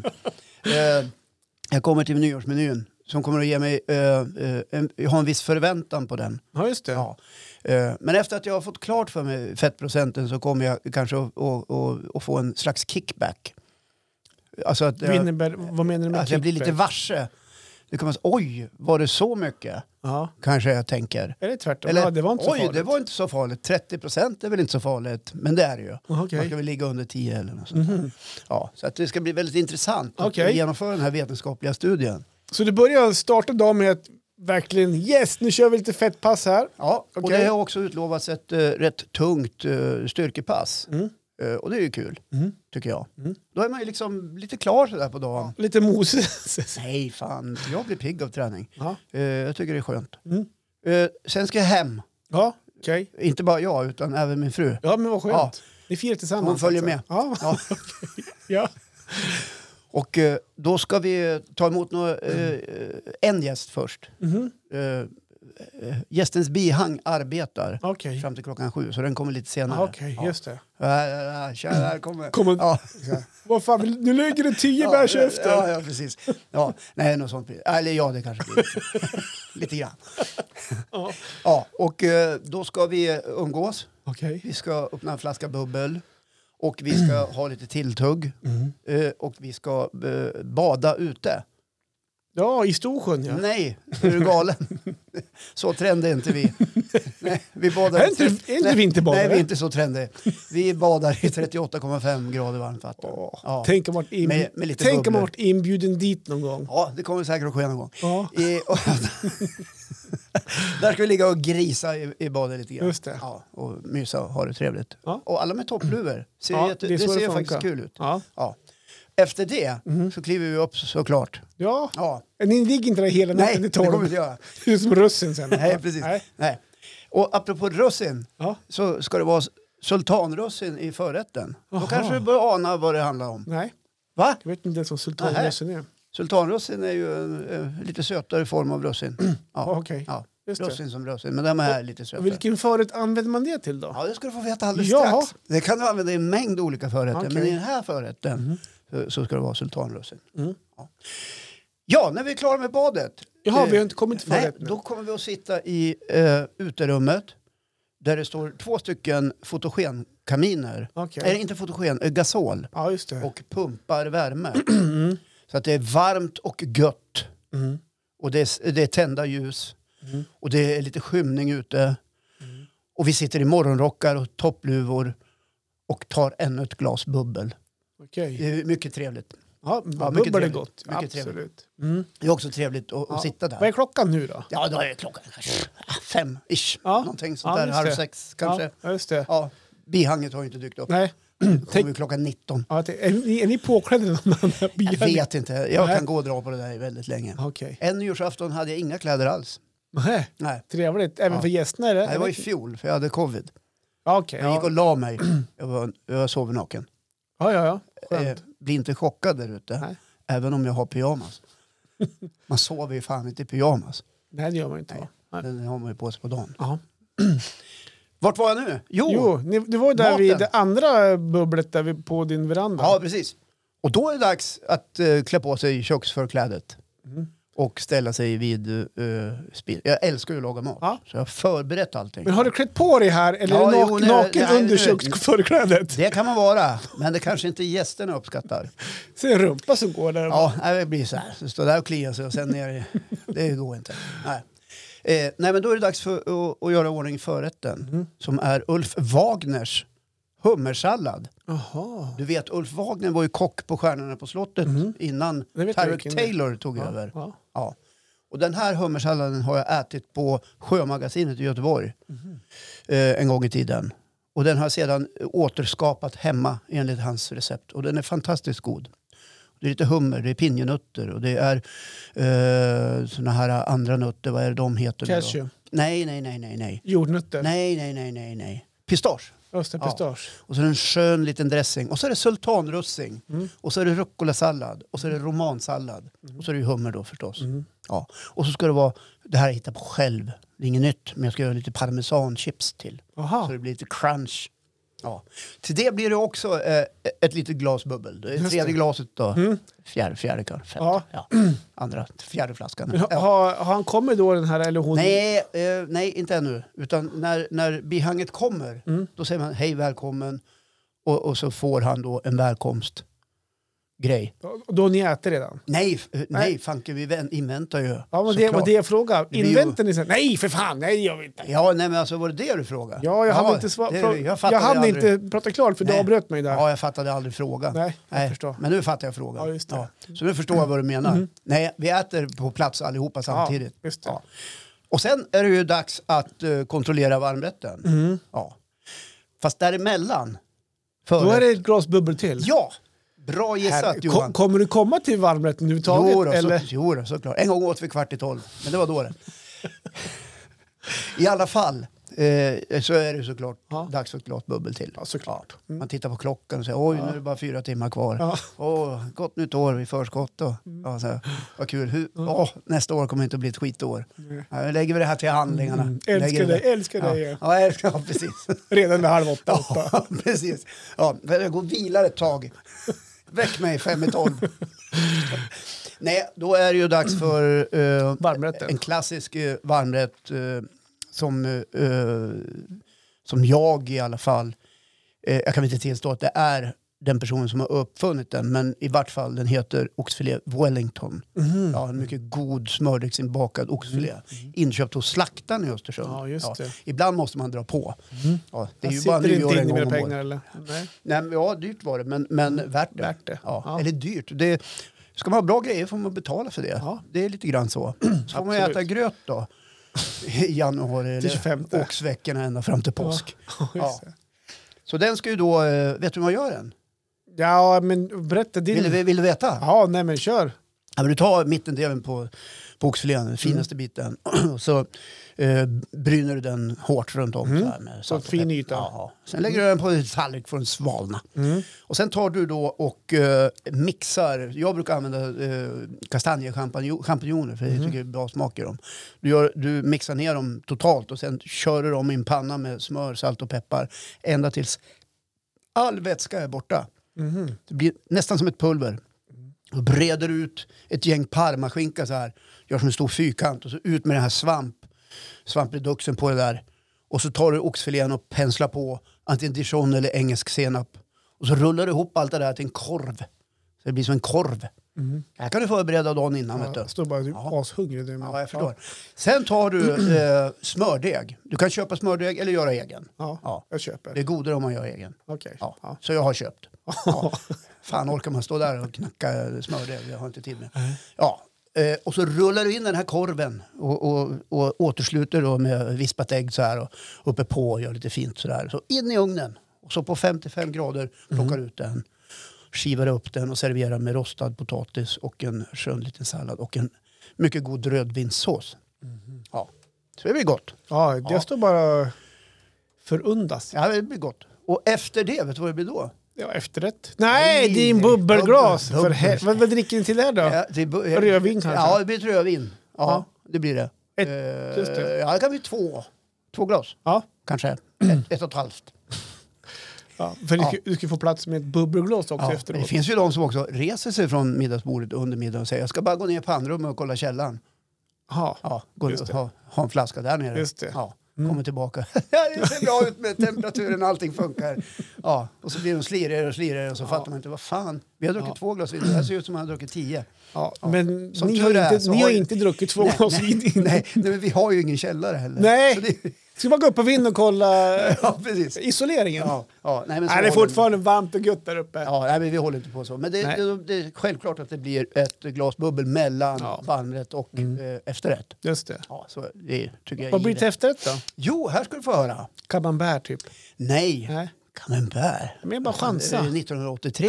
Jag kommer till nyårsmenyn som kommer att ge mig... jag har en viss förväntan på den. Ja, just det. Ja. Men efter att jag har fått klart för mig fettprocenten så kommer jag kanske att få en slags kickback. Alltså att vad menar du med att jag blir lite varse. Det kan man säga, oj, var det så mycket? Ja. Kanske jag tänker. Är det tvärtom? Eller, ja, det var inte så farligt. Det var inte så farligt. 30% är väl inte så farligt. Men det är det ju. Okay. Man ska väl ligga under 10 eller något sånt. Ja, så att det ska bli väldigt intressant att genomföra den här vetenskapliga studien. Så du börjar starta dagen med att verkligen, nu kör vi lite fettpass här. Ja, och det har också utlovats ett rätt tungt styrkepass. Och det är ju kul, tycker jag. Då är man ju liksom lite klar sådär på dagen. Ja, lite moses. Nej, fan. Jag blir pigg av träning. Ja. Jag tycker det är skönt. Sen ska jag hem. Ja, okej. Inte bara jag, utan även min fru. Ja, men vad skönt. Ja. Ni firar tillsammans. Hon följer med. Ja. Ja. Ja. Och då ska vi ta emot en gäst först. Gästens bihang arbetar fram till klockan 7, så den kommer lite senare. Okej, just det. Tja, kommer. Ja. Vad fan, nu lägger du 10 bärs efter. Ja, precis. Ja, nej, något sånt blir. Eller det kanske blir. Lite grann. Ja, och då ska vi umgås. Vi ska öppna en flaska bubbel. Och vi ska ha lite tilltugg. Och vi ska bada ute. Ja, i Storsjön, ja. Nej, är du galen? Så trendig är inte vi. Nej, vi badar är inte vinterbadare? Nej, vi är inte så trendiga. Vi badar i 38,5 grader varmt vatten. Ja. Tänk om man varit inbjuden dit någon gång. Ja, det kommer säkert att ske någon gång. Ja. Där ska vi ligga och grisa i badet lite grann. Just det. Ja, och mysa och ha det trevligt. Ja. Och alla med toppluvor. Det ser faktiskt kul ut. Ja. Ja. Efter det så kliver vi upp såklart. Ja. Ni ligger inte där hela natten i 12. Nej, det kommer vi inte göra. Det är som russin sen. Nej, precis. Nej. Och apropå russin så ska det vara sultanrussin i förrätten. Då kanske du bör ana vad det handlar om. Nej. Va? Jag vet inte ens vad sultanrussin är. Sultanrussin är ju en lite sötare form av russin. Ja, ja. Russin som russin, men de är lite sötare. Vilken förrätt använder man det till då? Ja, det ska du få veta alldeles strax. Det kan du använda i en mängd olika förrätter, men i den här förrätten så ska det vara sultanrussin. Ja, när vi är klara med badet. Jaha, vi har inte kommit till förrätt nu. Då kommer vi att sitta i uterummet där det står 2 stycken fotogenkaminer. Eller inte fotogen, gasol. Ja, just det. Och pumpar värme. Så att det är varmt och gött. Och det är tända ljus. Och det är lite skymning ute. Och vi sitter i morgonrockar och toppluvor och tar ännu ett glas bubbel. Det är mycket trevligt. Ja, bubbel är gott. Mycket trevligt. Det är också trevligt att sitta där. Vad är klockan nu då? Ja, då är klockan kanske 5-ish. Någonting sånt där, 5:30 kanske. Ja, just det. Ja, bihanget har ju inte dykt upp. Nej. kommer klockan 19. Ja, är ni påklädda någon annan? Jag vet inte. Jag kan gå och dra på det där väldigt länge. Okay. En nyårsafton hade jag inga kläder alls. Nej. Trevligt. Även för gästerna? Nej, det var i fjol för jag hade covid. Okay, jag gick och la mig. Jag sov naken. Ja. Bli inte chockad där ute. Nej. Även om jag har pyjamas. Man sover ju fan inte i pyjamas. Nej, det gör man inte. Nej. Den har man ju på sig på dagen. Aha. Vart var jag nu? Jo, det var där vid det andra bubblet där på din veranda. Ja, precis. Och då är det dags att klä på sig köksförklädet. Och ställa sig vid spis. Jag älskar ju att laga mat. Ja. Så jag har förberett allting. Men har du klätt på dig här? Eller är du naken under köksförklädet? Det kan man vara. Men det kanske inte gästerna uppskattar. Så en rumpa som går där. Ja, det blir så här. Så står där och kliar sig och sen ner. Det går inte. Nej, men då är det dags för att göra ordning förrätten. Som är Ulf Wagners hummersallad. Aha. Du vet, Ulf Wagner var ju kock på Stjärnorna på slottet innan Tarek Taylor tog över. Ja. Och den här hummersalladen har jag ätit på Sjömagasinet i Göteborg en gång i tiden. Och den har sedan återskapat hemma enligt hans recept. Och den är fantastiskt god. Det är lite hummer, det är pinjenötter och det är såna här andra nötter. Vad är det de heter? Cashew? Nej. Jordnötter? Nej. Pistage. Pistage. Ja. Och så är det en skön liten dressing. Och så är det sultanrussing. Och så är det rucola-sallad. Och så är det romansallad. Och så är det hummer då förstås. Ja. Och så ska det vara, det här jag hittar på själv. Det är inget nytt, men jag ska göra lite parmesanchips till. Aha. Så det blir lite crunch. Ja. Till det blir det också ett litet glas bubbel. Det är tredje glaset då. Fjärde kanske. Ja. Fjärde flaskan. Har han kommit då den här eller hon? Nej, inte ännu. Utan när bihanget kommer, då säger man hej, välkommen. Och så får han då en välkomstgrej. Då har ni äter redan? Nej, fanke, vi inväntar ju. Ja, men det var det jag frågade. Inväntar ni sen? Nej, för fan, nej, jag vet inte. Ja, nej, men alltså var det du frågade? Ja, jag hade inte jag hade inte pratat klart för du avbröt mig där. Ja, jag fattade aldrig frågan. Nej, jag förstår. Men nu fattar jag frågan. Ja, just det. Ja. Så nu förstår jag vad du menar. Nej, vi äter på plats allihopa samtidigt. Ja, just det. Ja. Och sen är det ju dags att kontrollera varmrätten. Ja. Fast däremellan. Då är det ett glas bubbel till. Ja! Bra gissat, Johan. Kommer du komma till varmrätten överhuvudtaget? Jo, såklart. En gång åt vi 12:15. Men det var då det. I alla fall så är det såklart dags för ett glas bubbel till. Ja, såklart. Man tittar på klockan och säger oj, nu är det bara 4 timmar kvar. Gott nytt år i förskott då. Vad kul. Nästa år kommer inte att bli ett skitår. Nu lägger vi det här till handlingarna. Älskar dig. Ja, precis. Redan vid 7:30. Ja, precis. Ja, jag går och vilar ett tag. Väck mig 5:12. Nej, då är det ju dags för en klassisk varmrätt som jag i alla fall, jag kan inte tillstå att det är den personen som har uppfunnit den, men i vart fall den heter oxfilé Wellington. Ja, en mycket god smördegsinbakad oxfilé. Inköpt hos slaktaren i Östersund. Ja, just det. Ibland måste man dra på. Ja, det är ju bara inte in med pengar eller? Nej, ja, dyrt var det, men värt det. Ja. Eller dyrt. Ska man ha bra grejer får man betala för det. Ja. Det är lite grann så. Så får man äta gröt då. I januari eller oxveckorna ända fram till påsk. Ja. Så den ska ju då, vet du hur man gör den? Ja, men berätta din. Vill du veta? Ja, nej men kör. Ja, men du tar mittendelen på oxfilén, den finaste biten. Och så bryner du den hårt runt om. Så här med så fin yta. Ja. Sen lägger du den på en tallrik för en svalna. Och sen tar du då och mixar. Jag brukar använda kastanjechampinjoner för jag tycker det är bra smak i dem. Du mixar ner dem totalt och sen kör du dem i en panna med smör, salt och peppar. Ända tills all vätska är borta. Det blir nästan som ett pulver. Och breder ut ett gäng parmaskinka så här. Gör som en stor fyrkant och så ut med den här svampreduksen på det där. Och så tar du oxfilén och penslar på antingen dijon eller engelsk senap. Och så rullar du ihop allt det där till en korv. Så det blir som en korv. Här kan du förbereda dagen innan. Vet du. Jag står bara ashungrig. Ja, jag förstår. Sen tar du smördeg. Du kan köpa smördeg eller göra egen. Ja, jag köper. Det är godare om man gör egen. Okay. Ja. Så jag har köpt. Fan, orkar man stå där och knacka smördeg? Jag har inte tid med. Ja. Och så rullar du in den här korven och återsluter då med vispat ägg så här och uppe på och gör lite fint så där. Så in i ugnen Och så på 55 grader plockar ut den. Skivar upp den och serverar med rostad potatis och en skön liten sallad och en mycket god rödvinssås. Ja, så det blir gott. Ja, det står bara förundas. Ja, det blir gott. Och efter det, vet du vad det blir då? Ja, efterrätt. Nej, det är en bubbelglas. Vad dricker ni till det här då? Ja, rödvin kanske? Ja, det blir ett rödvin. Ja, det blir det. Just det. Ja, det kan bli 2 glas. Ja. Kanske 1,5. Ja, för du ska få plats med ett bubbelglas också efteråt. Det finns ju de som också reser sig från middagsbordet under middagen och säger jag ska bara gå ner på pannrummet och kolla källaren. Ja, ha en flaska där nere. Just det. Ja, kommer tillbaka. Det ser bra ut med temperaturen, allting funkar. Ja, och så blir de slirigare och så fattar man inte, vad fan, vi har druckit 2 glas vin, det här ser ut som att man har druckit 10. Ja, men ni har inte druckit 2 glas vin. Nej, men vi har ju ingen källare heller. Nej, ska man gå upp på vind och kolla isoleringen? Nej, men det är fortfarande varmt och gött där uppe. Ja, nej, men vi håller inte på så. Men det är självklart att det blir ett glas bubbel mellan varmrätt och efterrätt. Just det. Ja, så det tycker jag. Vad blir det till efterrätt då? Jo, här ska du få höra. Camembert typ? Nej. Camembert. Men bara chansa. 1983.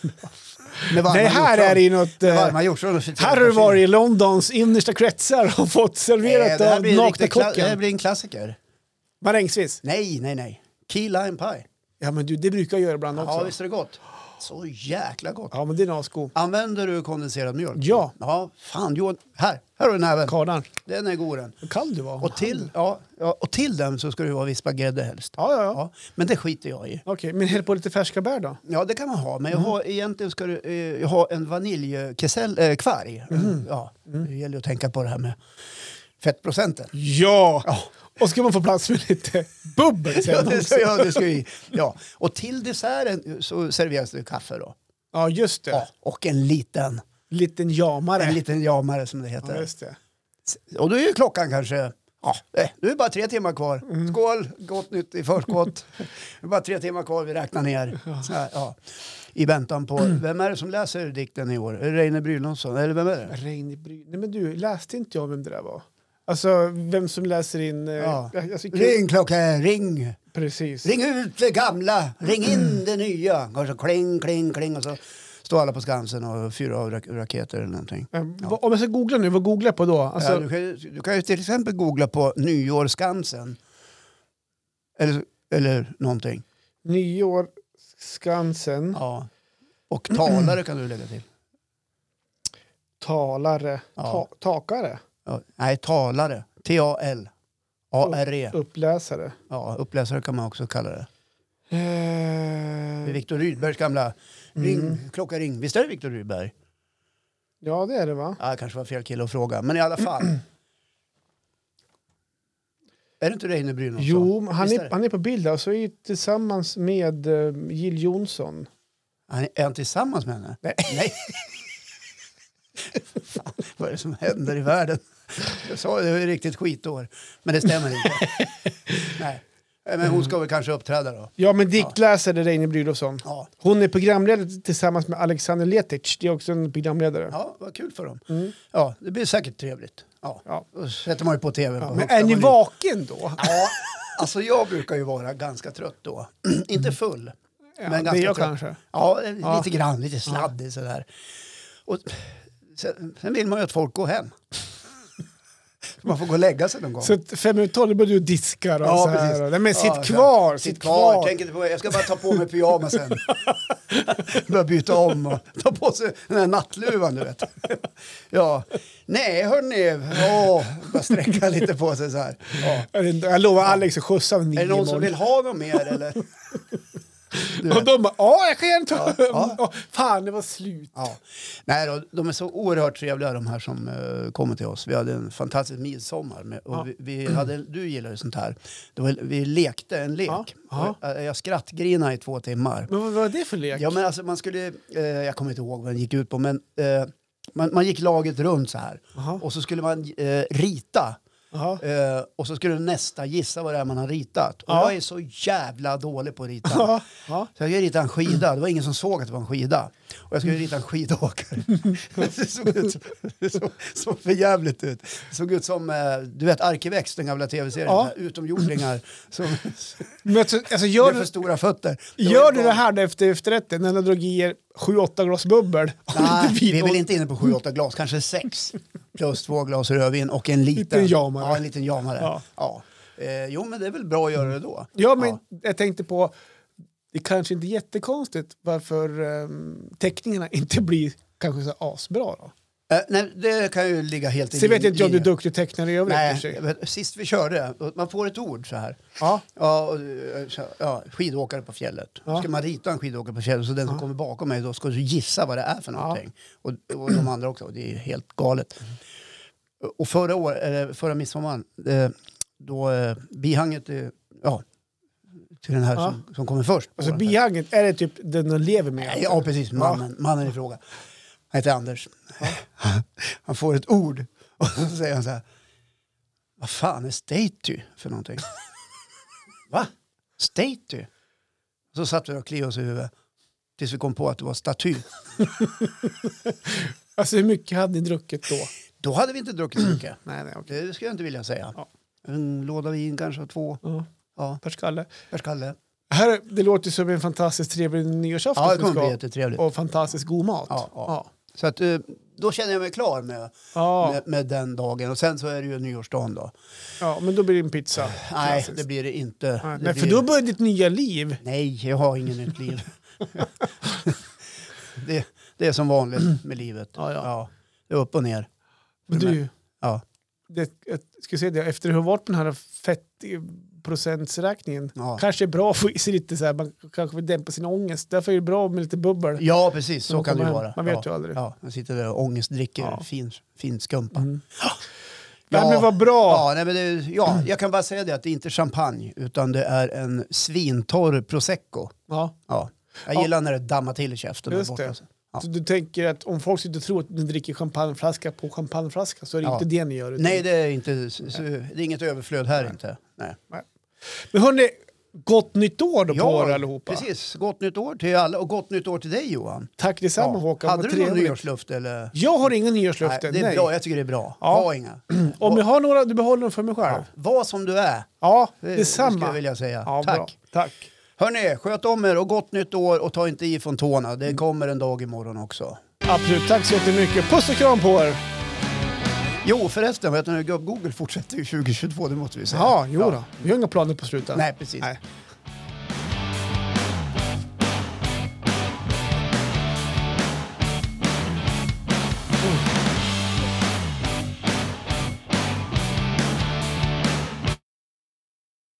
Nej, här är det ju något... här har du varit i Londons innersta kretsar och fått serverat av nakna kocken. Det blir en klassiker. Marängsviss? Nej. Key lime pie. Ja, men det brukar jag göra ibland också. Ja, visst är det gott. Så jäkla gott. Ja, men det är asgod. Använder du kondenserad mjölk? Ja. Ja, fan Johan. Här har du näven. Kardan. Den är god den. Hur kall du var. Och till den så ska det vara vispad grädde helst. Ja. Men det skiter jag i. Okej, men häll på lite färska bär då? Ja, det kan man ha. Men egentligen ska jag ha en vaniljkvarg. Ja, det gäller att tänka på det här med fettprocenten. Ja. Och ska man få plats med lite bubbel sen det ska vi. Ja. Och till desserten så serveras det kaffe då. Ja, just det. Ja, och en liten jamare. En liten jamare som det heter. Ja, just det. Och då är ju klockan kanske... Ja, nu är det bara 3 timmar kvar. Skål, gott nytt i förskott. Det är bara 3 timmar kvar, vi räknar ner. Så här, i väntan på... Vem är det som läser dikten i år? Är det Reine Brynolfsson? Eller vem är det? Nej, men du, läste inte jag vem det där var? Alltså, vem som läser in... Ring klocka, ring! Precis. Ring ut det gamla, ring in det nya. Och så kling, och så står alla på Skansen och fyrar av raketer eller någonting. Om jag ska googla nu, vad googlar jag på då? Alltså... Du kan ju till exempel googla på Nyår Skansen. Eller någonting. Nyår Skansen. Ja. Och talare kan du lägga till. Talare. Takare. Ja, nej, talare. T-A-L-A-R-E. Uppläsare. Ja, uppläsare kan man också kalla det. Det är Viktor Rydbergs gamla klocka ring. Visst är det Viktor Rydberg? Ja, det är det va? Ja, det kanske var fel kille att fråga. Men i alla fall. Är det inte Reine Brynolfsson? Jo, han är på bild och så är tillsammans med Jill Johnson. Är han tillsammans med henne? Nej. Fan, vad är det som händer i världen? Jag sa det var ett riktigt skitår. Men det stämmer inte. Nej. Men hon ska väl kanske uppträda då. Ja, men diktläsare Reine Brynolfsson. Ja. Hon är programledare tillsammans med Alexander Letic. Det är också en programledare. Ja, vad kul för dem. Ja, det blir säkert trevligt. Ja. Då sätter man ju på tv. Ja, men är ni vaken då? Ja, alltså jag brukar ju vara ganska trött då. Inte full. Ja, men ganska trött. Kanske. Ja, lite grann. Lite sladdig sådär. Och sen vill man ju att folk går hem. Man får gå och lägga sig någon gång. Så 5:12 börjar du diska och så här. Precis. Nej, men sitt kvar. Tänk inte på, jag ska bara ta på mig pyjamasen. Börja byta om och ta på sig den här nattluvan, du vet. Ja. Nej, hörni. Bara sträcka lite på sig så här. Ja. Jag lovar Alex att skjutsa av 9 Är det någon som vill ha något mer eller? Och de bara, jag kan gärna fan, det var slut. Ja. Nej då, de är så oerhört trevliga de här som kommer till oss. Vi hade en fantastisk midsommar. Och du gillar ju sånt här. Vi lekte en lek. Jag skrattgrinade i 2 timmar. Men vad var det för lek? Ja, men alltså man skulle, jag kommer inte ihåg vad den gick ut på, men man gick laget runt så här. Och så skulle man rita. Och så skulle nästa gissa vad det är man har ritat. Och jag är så jävla dålig på att rita. Så jag ritade en skida. Det var ingen som såg att det var en skida. Och jag skulle rita en skidåkare. Det såg för jävligt ut. Det såg ut som, du vet, Arkivex, den gamla tv-serien. Ja. Utomjordingar som gör för stora fötter. Gör du det här efter efterrätten när du drog i er 7-8 glas bubbel? Nej, vi är väl inte inne på 7-8 glas, kanske 6. Plus 2 glas rödvin och en liten jamare. Ja, en liten jamare. Ja. Jo, men det är väl bra att göra det då. Ja, men jag tänkte på, det kanske inte är jättekonstigt varför teckningarna inte blir kanske så asbra då. Nej, det kan ju ligga helt i så vet inte jag om du är duktig tecknare i övrigt. Nej, sist vi körde, man får ett ord så här. Skidåkare på fjället. Ska man rita en skidåkare på fjället så den som kommer bakom mig då ska du gissa vad det är för någonting. Och de andra också, det är helt galet. Och förra midsommar, då bihanget till den här som kommer först. Alltså bihanget, är det typ den de lever med? Ja, precis. Mannen i fråga. Han heter Anders. Han får ett ord och så säger han så här: vad fan är statue för någonting? Va? Statue? Och så satt vi och kliade oss i huvudet tills vi kom på att det var staty. Alltså hur mycket hade ni druckit då? Då hade vi inte druckit mycket. Nej, okay. Det skulle jag inte vilja säga. Ja. En låda vin kanske, 2. Ja. Per skalle. Det låter som en fantastiskt trevlig nyårsafton. Ja, det kommer bli jättetrevligt. Och fantastiskt god mat. Ja. Så att, då känner jag mig klar med den dagen. Och sen så är det ju nyårsdagen då. Ja, men då blir det en pizza. Nej, det blir det inte. Nej, för då börjar ditt nya liv. Nej, jag har ingen nytt liv. det är som vanligt med livet. Ja. Det är upp och ner. Men du, jag ska säga det, efter att ha varit på den här fettprocentsräkningen kanske är bra att få i sig lite så här, man kanske vill dämpa sin ångest. Därför är det bra med lite bubbel. Ja, precis. Så kan det vara. Man vet ju aldrig. Ja, man sitter där och ångestdricker fin skumpa. Ja, men vad bra. Jag kan bara säga det att det är inte champagne utan det är en svintorr prosecco. Ja. Jag gillar när det dammar till i käften. Just det. Så du tänker att om folk sitter och tror att ni dricker champagneflaska på champagneflaska så är det inte det ni gör. Nej, det är inte. Det är inget överflöd här inte. Nej. Men hörni, gott nytt år då på er allihopa. Precis. Gott nytt år till alla och gott nytt år till dig, Johan. Tack detsamma, Håkan. Hade du någon nyårsluft eller? Jag har ingen nyårsluft. Nej, det är bra. Jag tycker det är bra. Ha inga. Om jag har några, du behåller dem för mig själv. Var som du är. Ja, detsamma. Det skulle jag vilja säga. Ja, tack. Bra. Tack. Hörrni, sköt om er och gott nytt år och ta inte i från tårna. Det kommer en dag imorgon också. Absolut, tack så jättemycket. Puss och kram på er. Jo, förresten, vet du, Google fortsätter ju 2022, det måste vi säga. Ja, då. Vi har inga planer på slutet. Nej, precis. Nej.